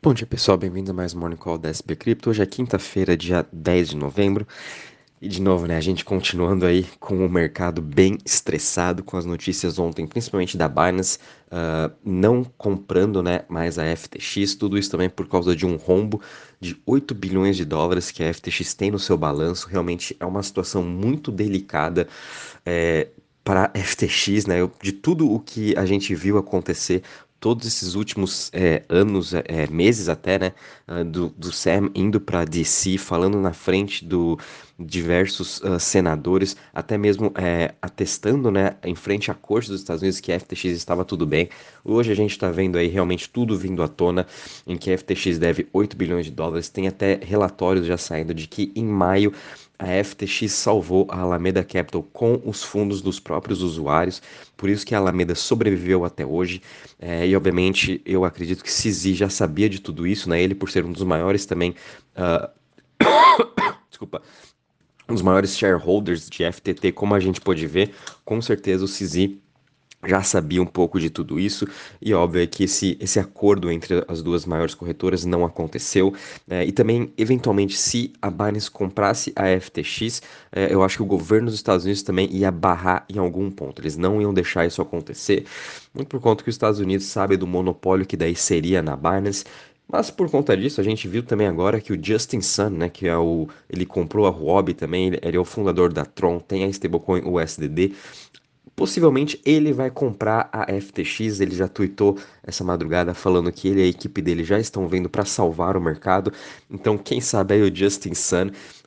Bom dia, pessoal. Bem-vindos a mais um Morning Call da SB Crypto. Hoje é quinta-feira, dia 10 de novembro. E de novo, né, a gente continuando aí com o mercado bem estressado com as notícias ontem, principalmente da Binance, não comprando, né, mais a FTX. Tudo isso também por causa de um rombo de 8 bilhões de dólares que a FTX tem no seu balanço. Realmente é uma situação muito delicada. Para a FTX, né? De tudo o que a gente viu acontecer todos esses últimos anos, meses até, né? Do Sam indo para DC, falando na frente do diversos senadores, até mesmo atestando, né, em frente à corte dos Estados Unidos que a FTX estava tudo bem. Hoje a gente está vendo aí realmente tudo vindo à tona, em que a FTX deve 8 bilhões de dólares. Tem até relatórios já saindo de que em maio a FTX salvou a Alameda Capital com os fundos dos próprios usuários, por isso que a Alameda sobreviveu até hoje. E obviamente eu acredito que CZ já sabia de tudo isso, né? Ele por ser um dos maiores também, ah, desculpa, um dos maiores shareholders de FTT, como a gente pôde ver, com certeza o CZ já sabia um pouco de tudo isso, e óbvio é que esse acordo entre as duas maiores corretoras não aconteceu, e também, eventualmente, se a Binance comprasse a FTX, eu acho que o governo dos Estados Unidos também ia barrar em algum ponto, eles não iam deixar isso acontecer, muito por conta que os Estados Unidos sabem do monopólio que daí seria na Binance. Mas por conta disso, a gente viu também agora que o Justin Sun, né, que é ele comprou a Huobi também, ele é o fundador da Tron, tem a stablecoin USDD. Possivelmente ele vai comprar a FTX, ele já tweetou essa madrugada falando que ele e a equipe dele já estão vendo para salvar o mercado. Então, quem sabe aí o Justin Sun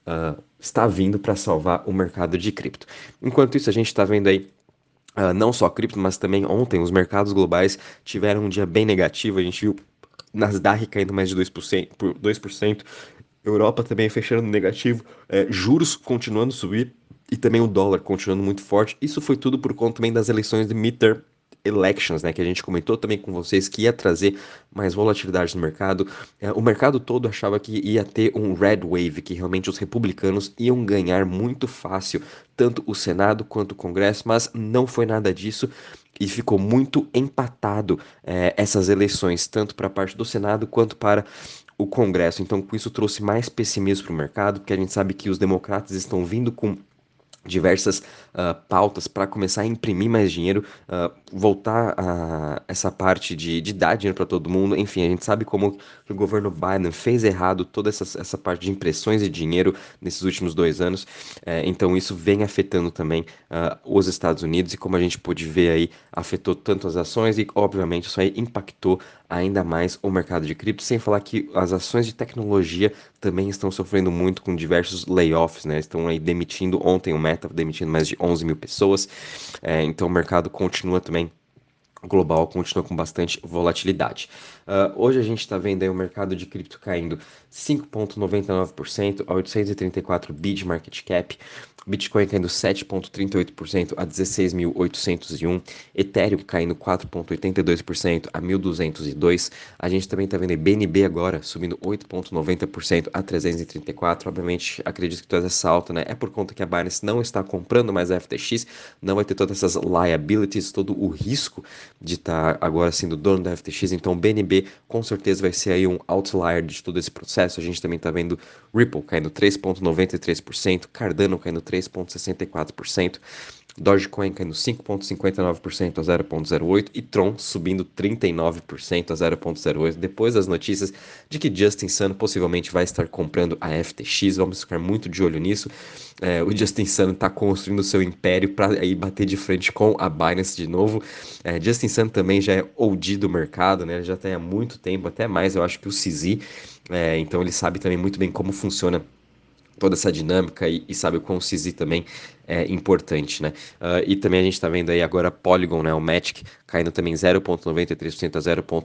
está vindo para salvar o mercado de cripto. Enquanto isso, a gente está vendo aí não só cripto, mas também ontem os mercados globais tiveram um dia bem negativo. A gente viu Nasdaq caindo mais de 2%, por 2%. Europa também fechando negativo, juros continuando a subir e também o dólar continuando muito forte. Isso foi tudo por conta também das eleições de midterm elections, né, que a gente comentou também com vocês que ia trazer mais volatilidade no mercado. O mercado todo achava que ia ter um red wave, que realmente os republicanos iam ganhar muito fácil, tanto o Senado quanto o Congresso, mas não foi nada disso. E ficou muito empatado essas eleições, tanto para a parte do Senado quanto para o Congresso. Então, com isso trouxe mais pessimismo para o mercado, porque a gente sabe que os democratas estão vindo com diversas pautas para começar a imprimir mais dinheiro, voltar a essa parte de dar dinheiro para todo mundo. Enfim, a gente sabe como que o governo Biden fez errado toda essa parte de impressões de dinheiro nesses últimos 2 anos. Então isso vem afetando também os Estados Unidos e como a gente pôde ver aí, afetou tanto as ações e obviamente isso aí impactou ainda mais o mercado de cripto, sem falar que as ações de tecnologia também estão sofrendo muito com diversos layoffs, né? Estão aí demitindo, ontem o Meta demitindo mais de 11 mil pessoas, então o mercado continua também global continua com bastante volatilidade. Hoje a gente está vendo aí o mercado de cripto caindo 5,99% a 834 bi de market cap, Bitcoin caindo 7,38% a 16.801, Ethereum caindo 4,82% a 1.202. A gente também está vendo aí BNB agora subindo 8,90% a 334. Obviamente, acredito que toda essa alta, né, é por conta que a Binance não está comprando mais a FTX, não vai ter todas essas liabilities, todo o risco de estar agora sendo dono da FTX, então o BNB com certeza vai ser aí um outlier de todo esse processo. A gente também está vendo Ripple caindo 3,93%, Cardano caindo 3,64%, Dogecoin caindo 5,59% a 0,08% e Tron subindo 39% a 0,08% depois das notícias de que Justin Sun possivelmente vai estar comprando a FTX. Vamos ficar muito de olho nisso. O Justin Sun está construindo seu império para aí bater de frente com a Binance de novo. Justin Sun também já é OG do mercado, né? Ele já tem há muito tempo, até mais, eu acho que o CZ. Então ele sabe também muito bem como funciona toda essa dinâmica e sabe o quão o CZ também é importante, né? E também a gente está vendo aí agora Polygon, né? O Matic caindo também 0,93% a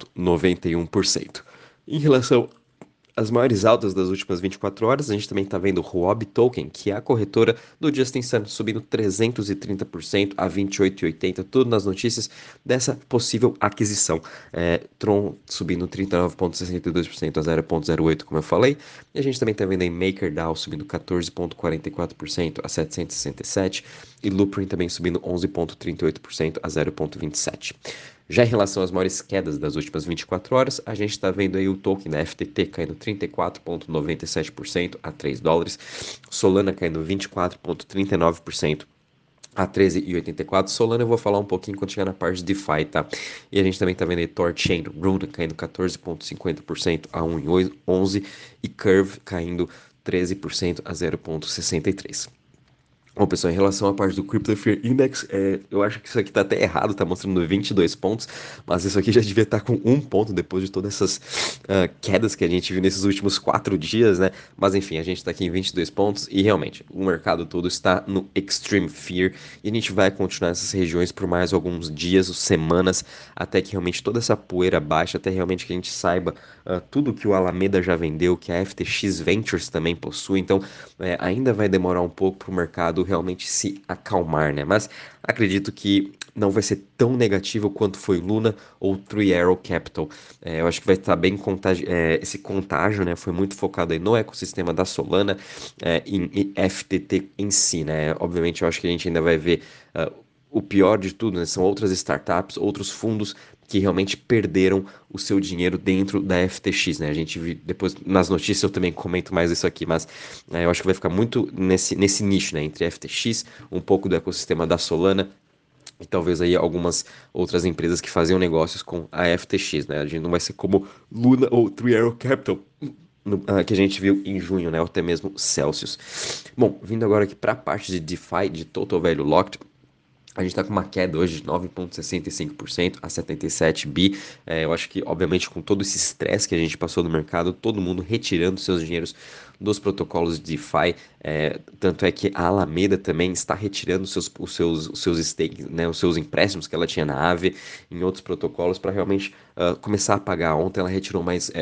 0,91%. Em relação as maiores altas das últimas 24 horas, a gente também está vendo o Huobi Token, que é a corretora do Justin Sun, subindo 330% a 28,80, tudo nas notícias dessa possível aquisição. Tron subindo 39,62% a 0,08, como eu falei, e a gente também está vendo aí MakerDAO subindo 14,44% a 767, e Loopring também subindo 11,38% a 0,27. Já em relação às maiores quedas das últimas 24 horas, a gente está vendo aí o token da FTT caindo 34,97% a 3 dólares, Solana caindo 24,39% a 13,84. Solana eu vou falar um pouquinho quando chegar na parte de DeFi, tá? E a gente também tá vendo aí Torchain, Rune caindo 14,50% a 1,11 e Curve caindo 13% a 0,63. Bom, pessoal, em relação à parte do Crypto Fear Index, eu acho que isso aqui tá até errado, tá mostrando 22 pontos, mas isso aqui já devia estar com um ponto depois de todas essas quedas que a gente viu nesses últimos 4 dias, né? Mas enfim, a gente tá aqui em 22 pontos e realmente o mercado todo está no Extreme Fear e a gente vai continuar nessas regiões por mais alguns dias ou semanas até que realmente toda essa poeira baixe, até realmente que a gente saiba tudo que o Alameda já vendeu, que a FTX Ventures também possui, então ainda vai demorar um pouco para o mercado realmente se acalmar, né? Mas acredito que não vai ser tão negativo quanto foi Luna ou Three Arrow Capital. Eu acho que vai estar bem esse contágio, né? Foi muito focado aí no ecossistema da Solana, em FTT em si, né? Obviamente, eu acho que a gente ainda vai ver o pior de tudo, né? São outras startups, outros fundos que realmente perderam o seu dinheiro dentro da FTX, né? A gente depois nas notícias eu também comento mais isso aqui, mas eu acho que vai ficar muito nesse nicho, né? Entre FTX, um pouco do ecossistema da Solana e talvez aí algumas outras empresas que faziam negócios com a FTX, né? A gente não vai ser como Luna ou Three Arrow Capital, que a gente viu em junho, né? Ou até mesmo Celsius. Bom, vindo agora aqui para a parte de DeFi, de Total Value Locked, a gente está com uma queda hoje de 9,65% a 77 bi. Eu acho que, obviamente, com todo esse estresse que a gente passou no mercado, todo mundo retirando seus dinheiros dos protocolos de DeFi. Tanto é que a Alameda também está retirando os seus stakes, né, os seus empréstimos que ela tinha na Aave em outros protocolos para realmente começar a pagar. Ontem ela retirou mais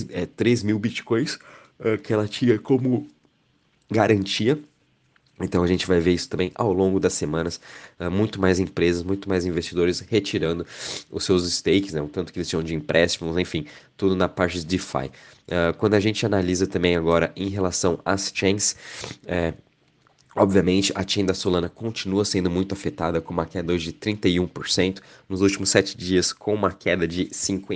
3 mil bitcoins que ela tinha como garantia. Então a gente vai ver isso também ao longo das semanas, muito mais empresas, muito mais investidores retirando os seus stakes, né, o tanto que eles tinham de empréstimos, enfim, tudo na parte de DeFi. Quando a gente analisa também agora em relação às chains, obviamente, a chain da Solana continua sendo muito afetada, com uma queda hoje de 31%, nos últimos 7 dias com uma queda de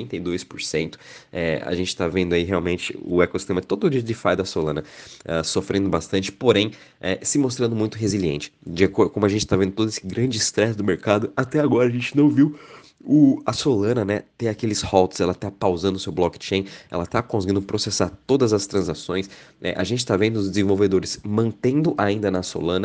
52%. A gente está vendo aí realmente o ecossistema todo de DeFi da Solana sofrendo bastante, porém se mostrando muito resiliente. Como a gente está vendo todo esse grande estresse do mercado, até agora a gente não viu a Solana, né, ter aqueles halts, ela tá pausando o seu blockchain, ela tá conseguindo processar todas as transações. A gente está vendo os desenvolvedores mantendo ainda na Solana.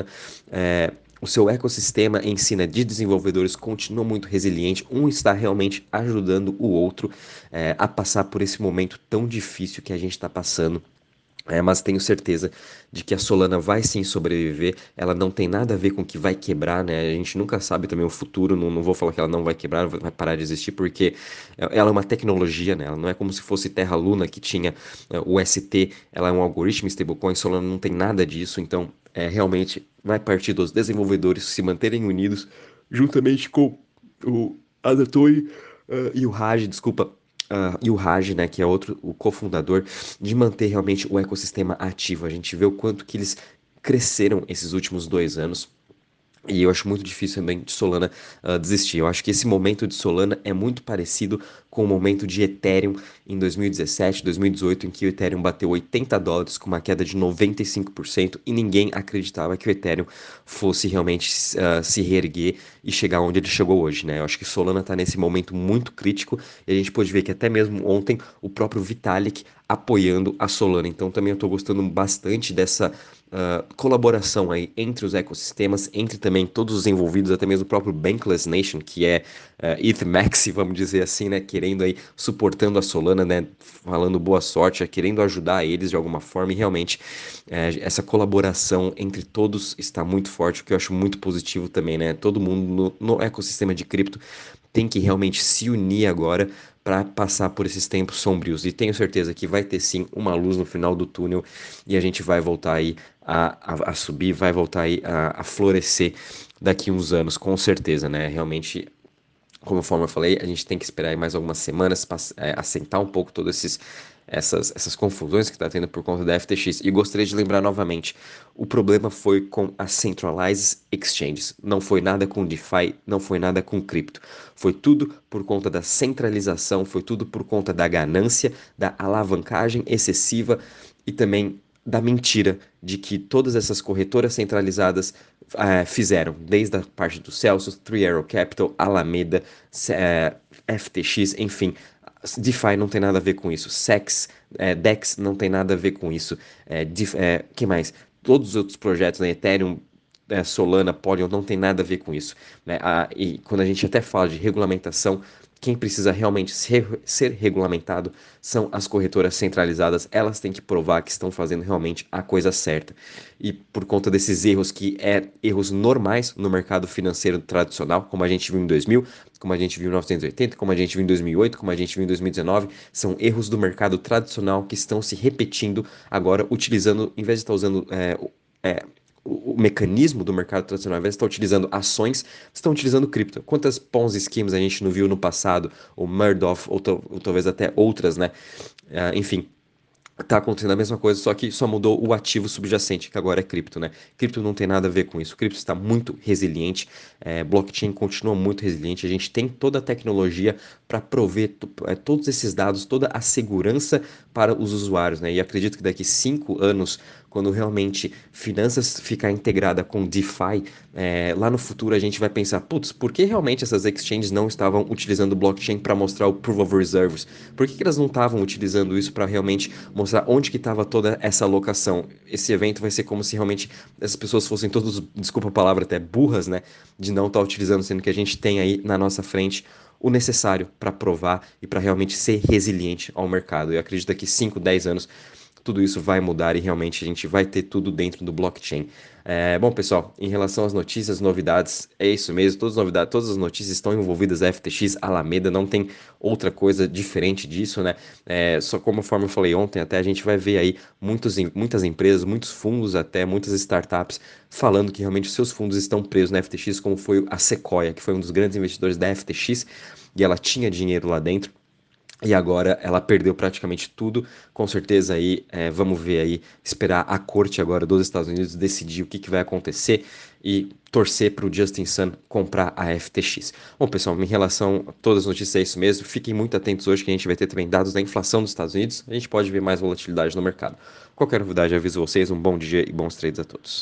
O seu ecossistema em si, né, de desenvolvedores continua muito resiliente. Um está realmente ajudando o outro a passar por esse momento tão difícil que a gente está passando. Mas tenho certeza de que a Solana vai sim sobreviver. Ela não tem nada a ver com que vai quebrar, né? A gente nunca sabe também o futuro. Não vou falar que ela não vai quebrar, vai parar de existir, porque ela é uma tecnologia, né? Ela não é como se fosse Terra Luna, que tinha o ST, ela é um algoritmo stablecoin. Solana não tem nada disso. Então, realmente vai partir dos desenvolvedores se manterem unidos, juntamente com o Adatoy e o Raj, desculpa, e o Raj, né, que é outro, o cofundador, de manter realmente o ecossistema ativo. A gente vê o quanto que eles cresceram esses últimos 2 anos. E eu acho muito difícil também de Solana desistir. Eu acho que esse momento de Solana é muito parecido com o momento de Ethereum em 2017, 2018, em que o Ethereum bateu 80 dólares com uma queda de 95% e ninguém acreditava que o Ethereum fosse realmente se reerguer e chegar onde ele chegou hoje, né? Eu acho que Solana está nesse momento muito crítico e a gente pôde ver que até mesmo ontem o próprio Vitalik apoiando a Solana. Então também eu estou gostando bastante dessa colaboração aí entre os ecossistemas, entre também todos os envolvidos, até mesmo o próprio Bankless Nation, que é ETHMax, vamos dizer assim, né, querendo aí, suportando a Solana, né, falando boa sorte, querendo ajudar eles de alguma forma, e realmente essa colaboração entre todos está muito forte, o que eu acho muito positivo também, né, todo mundo no ecossistema de cripto tem que realmente se unir agora para passar por esses tempos sombrios. E tenho certeza que vai ter sim uma luz no final do túnel e a gente vai voltar aí a subir, vai voltar aí a florescer daqui uns anos, com certeza, né? Realmente, como eu falei, a gente tem que esperar aí mais algumas semanas para assentar um pouco todos essas confusões que está tendo por conta da FTX. E gostaria de lembrar novamente, o problema foi com as centralized exchanges, não foi nada com DeFi, não foi nada com cripto, foi tudo por conta da centralização, foi tudo por conta da ganância, da alavancagem excessiva e também da mentira de que todas essas corretoras centralizadas fizeram, desde a parte do Celsius, Three Arrow Capital, Alameda, FTX, enfim. DeFi não tem nada a ver com isso. SEX, DEX não tem nada a ver com isso. Que mais? Todos os outros projetos, né? Ethereum, Solana, Polygon, não tem nada a ver com isso, né? E quando a gente até fala de regulamentação, quem precisa realmente ser regulamentado são as corretoras centralizadas. Elas têm que provar que estão fazendo realmente a coisa certa. E por conta desses erros, que erros normais no mercado financeiro tradicional, como a gente viu em 2000, como a gente viu em 1980, como a gente viu em 2008, como a gente viu em 2019, são erros do mercado tradicional que estão se repetindo agora, utilizando, em vez de estar usando o mecanismo do mercado tradicional, ao invés de estar utilizando ações, estão utilizando cripto. Quantas Ponzi schemes a gente não viu no passado, ou Madoff, ou talvez até outras, né? Enfim, tá acontecendo a mesma coisa, só que só mudou o ativo subjacente, que agora é cripto, né? Cripto não tem nada a ver com isso. Cripto está muito resiliente, blockchain continua muito resiliente. A gente tem toda a tecnologia para prover todos esses dados, toda a segurança para os usuários, né? E acredito que daqui 5 anos, quando realmente finanças ficar integrada com DeFi, lá no futuro a gente vai pensar, putz, por que realmente essas exchanges não estavam utilizando blockchain para mostrar o Proof of Reserves? Por que elas não estavam utilizando isso para realmente mostrar onde que estava toda essa alocação? Esse evento vai ser como se realmente essas pessoas fossem todos, desculpa a palavra, até burras, né? De não estar utilizando, sendo que a gente tem aí na nossa frente o necessário para provar e para realmente ser resiliente ao mercado. Eu acredito que 5, 10 anos tudo isso vai mudar e realmente a gente vai ter tudo dentro do blockchain. Bom, pessoal, em relação às notícias, novidades, é isso mesmo, todas as novidades, todas as notícias estão envolvidas a FTX, Alameda, não tem outra coisa diferente disso, né? Só conforme eu falei ontem, até a gente vai ver aí muitas empresas, muitos fundos até, muitas startups falando que realmente os seus fundos estão presos na FTX, como foi a Sequoia, que foi um dos grandes investidores da FTX, e ela tinha dinheiro lá dentro. E agora ela perdeu praticamente tudo. Com certeza aí, vamos ver aí, esperar a corte agora dos Estados Unidos decidir o que vai acontecer e torcer para o Justin Sun comprar a FTX. Bom, pessoal, em relação a todas as notícias é isso mesmo. Fiquem muito atentos hoje que a gente vai ter também dados da inflação dos Estados Unidos. A gente pode ver mais volatilidade no mercado. Qualquer novidade, eu aviso vocês. Um bom dia e bons trades a todos.